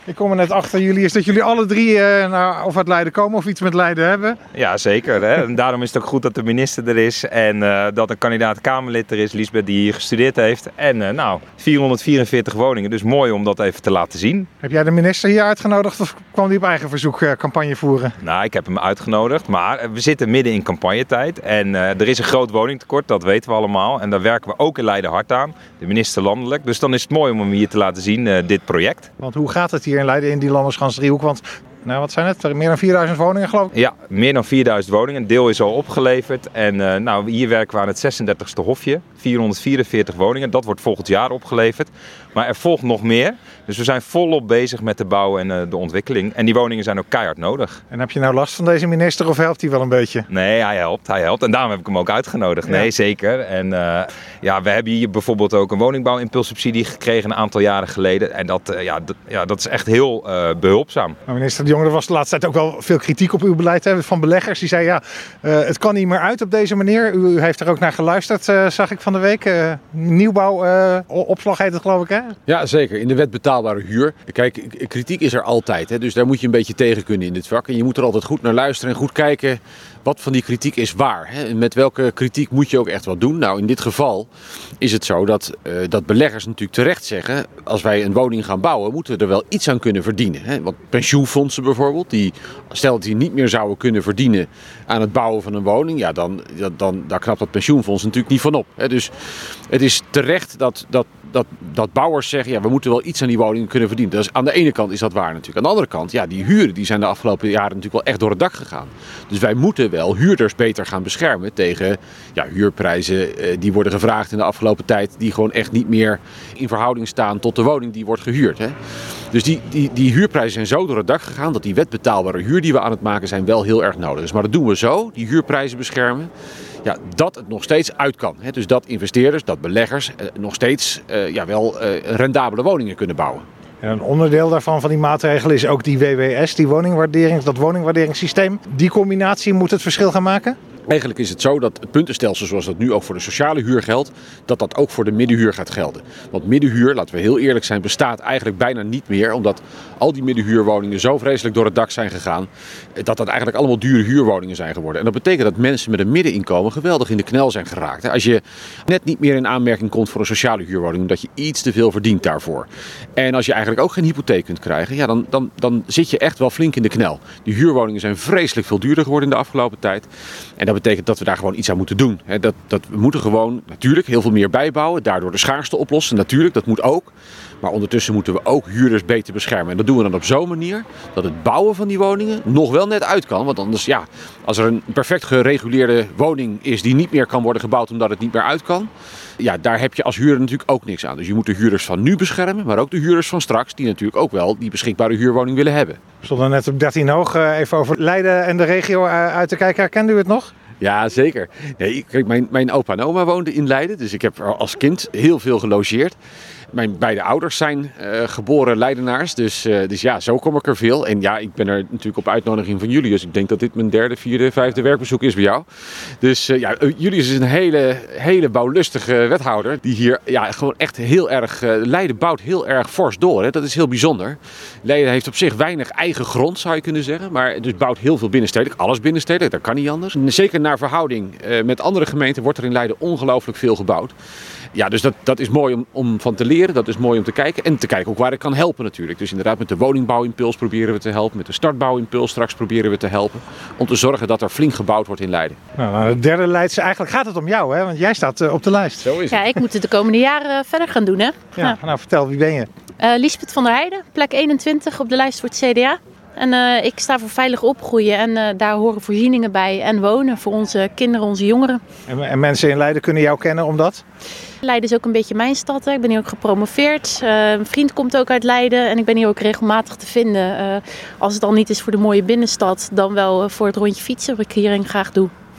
Ik kom er net achter jullie is dat jullie alle drie of uit Leiden komen of iets met Leiden hebben. Ja, zeker. Hè? En daarom is het ook goed dat de minister er is en dat een kandidaat Kamerlid er is, Liesbeth, die hier gestudeerd heeft. En 444 woningen, dus mooi om dat even te laten zien. Heb jij de minister hier uitgenodigd of kwam die op eigen verzoek campagne voeren? Nou, ik heb hem uitgenodigd, maar we zitten midden in campagnetijd en er is een groot woningtekort, dat weten we allemaal. En daar werken we ook in Leiden hard aan, de minister landelijk. Dus dan is het mooi om hem hier te laten zien, dit project. Want hoe gaat het hier in Leiden in die Landersgansdriehoek? Want wat zijn het? Meer dan 4000 woningen geloof ik? Ja, meer dan 4000 woningen. Een deel is al opgeleverd. En hier werken we aan het 36e hofje. 444 woningen. Dat wordt volgend jaar opgeleverd. Maar er volgt nog meer. Dus we zijn volop bezig met de bouw en de ontwikkeling. En die woningen zijn ook keihard nodig. En heb je nou last van deze minister of helpt hij wel een beetje? Nee, hij helpt. En daarom heb ik hem ook uitgenodigd. Nee, ja. Zeker. En we hebben hier bijvoorbeeld ook een woningbouwimpulssubsidie gekregen een aantal jaren geleden. En dat is echt heel behulpzaam. Maar minister De Jonge, er was de laatste tijd ook wel veel kritiek op uw beleid van beleggers. Die zei het kan niet meer uit op deze manier. U heeft er ook naar geluisterd, zag ik van de week. Nieuwbouwopslag heet het geloof ik, hè? Ja, zeker. In de wet betaalbare huur. Kijk, kritiek is er altijd. Hè? Dus daar moet je een beetje tegen kunnen in dit vak. En je moet er altijd goed naar luisteren en goed kijken wat van die kritiek is waar. Hè? En met welke kritiek moet je ook echt wat doen? Nou, in dit geval is het zo dat beleggers natuurlijk terecht zeggen, als wij een woning gaan bouwen, moeten we er wel iets aan kunnen verdienen. Hè? Want pensioenfondsen bijvoorbeeld, stel dat die niet meer zouden kunnen verdienen aan het bouwen van een woning, ja, daar knapt dat pensioenfonds natuurlijk niet van op. Hè? Dus het is terecht dat bouwers zeggen, ja, we moeten wel iets aan die woningen kunnen verdienen. Dus aan de ene kant is dat waar natuurlijk. Aan de andere kant, ja, die huren die zijn de afgelopen jaren natuurlijk wel echt door het dak gegaan. Dus wij moeten wel huurders beter gaan beschermen tegen huurprijzen die worden gevraagd in de afgelopen tijd, die gewoon echt niet meer in verhouding staan tot de woning die wordt gehuurd. Hè. Dus die huurprijzen zijn zo door het dak gegaan dat die wetbetaalbare huur die we aan het maken zijn wel heel erg nodig is. Maar dat doen we zo, die huurprijzen beschermen. Ja, dat het nog steeds uit kan. Hè? Dus dat investeerders, dat beleggers nog steeds rendabele woningen kunnen bouwen. En een onderdeel daarvan, van die maatregelen, is ook die WWS, dat woningwaarderingssysteem. Die combinatie moet het verschil gaan maken? Eigenlijk is het zo dat het puntenstelsel zoals dat nu ook voor de sociale huur geldt, dat ook voor de middenhuur gaat gelden. Want middenhuur, laten we heel eerlijk zijn, bestaat eigenlijk bijna niet meer, omdat al die middenhuurwoningen zo vreselijk door het dak zijn gegaan, dat eigenlijk allemaal dure huurwoningen zijn geworden. En dat betekent dat mensen met een middeninkomen geweldig in de knel zijn geraakt. Als je net niet meer in aanmerking komt voor een sociale huurwoning, omdat je iets te veel verdient daarvoor. En als je eigenlijk ook geen hypotheek kunt krijgen, ja, dan zit je echt wel flink in de knel. Die huurwoningen zijn vreselijk veel duurder geworden in de afgelopen tijd. En dat betekent dat we daar gewoon iets aan moeten doen. We moeten gewoon natuurlijk heel veel meer bijbouwen, daardoor de schaarste oplossen. Natuurlijk, dat moet ook. Maar ondertussen moeten we ook huurders beter beschermen. En dat doen we dan op zo'n manier dat het bouwen van die woningen nog wel net uit kan. Want anders, ja, als er een perfect gereguleerde woning is die niet meer kan worden gebouwd omdat het niet meer uit kan, ja, daar heb je als huurder natuurlijk ook niks aan. Dus je moet de huurders van nu beschermen, maar ook de huurders van straks, die natuurlijk ook wel die beschikbare huurwoning willen hebben. We stonden net op 13 hoog even over Leiden en de regio uit te kijken. Herkende u het nog? Ja, zeker. Nee, kijk, mijn opa en oma woonden in Leiden, dus ik heb er als kind heel veel gelogeerd. Mijn beide ouders zijn geboren Leidenaars, dus ja, zo kom ik er veel. En ja, ik ben er natuurlijk op uitnodiging van Julius. Ik denk dat dit mijn 3e, 4e, 5e werkbezoek is bij jou. Dus Julius is een hele bouwlustige wethouder die hier gewoon echt heel erg, Leiden bouwt heel erg fors door. Hè. Dat is heel bijzonder. Leiden heeft op zich weinig eigen grond, zou je kunnen zeggen, maar dus bouwt heel veel binnenstedelijk. Alles binnenstedelijk, dat kan niet anders. En zeker naar verhouding met andere gemeenten wordt er in Leiden ongelooflijk veel gebouwd. Ja, dus dat is mooi om van te leren, dat is mooi om te kijken. En te kijken ook waar ik kan helpen natuurlijk. Dus inderdaad met de woningbouwimpuls proberen we te helpen. Met de startbouwimpuls straks proberen we te helpen. Om te zorgen dat er flink gebouwd wordt in Leiden. Nou, de derde Leidse, eigenlijk gaat het om jou, hè? Want jij staat op de lijst. Zo is het. Ja, ik moet het de komende jaren verder gaan doen, hè? Ja. Nou, vertel, wie ben je? Liesbeth van der Heijden, plek 21 op de lijst voor het CDA. En ik sta voor veilig opgroeien en daar horen voorzieningen bij en wonen voor onze kinderen, onze jongeren. En mensen in Leiden kunnen jou kennen omdat? Leiden is ook een beetje mijn stad. Hè. Ik ben hier ook gepromoveerd. Een vriend komt ook uit Leiden en ik ben hier ook regelmatig te vinden. Als het al niet is voor de mooie binnenstad, dan wel voor het rondje fietsen wat ik hierin graag doe.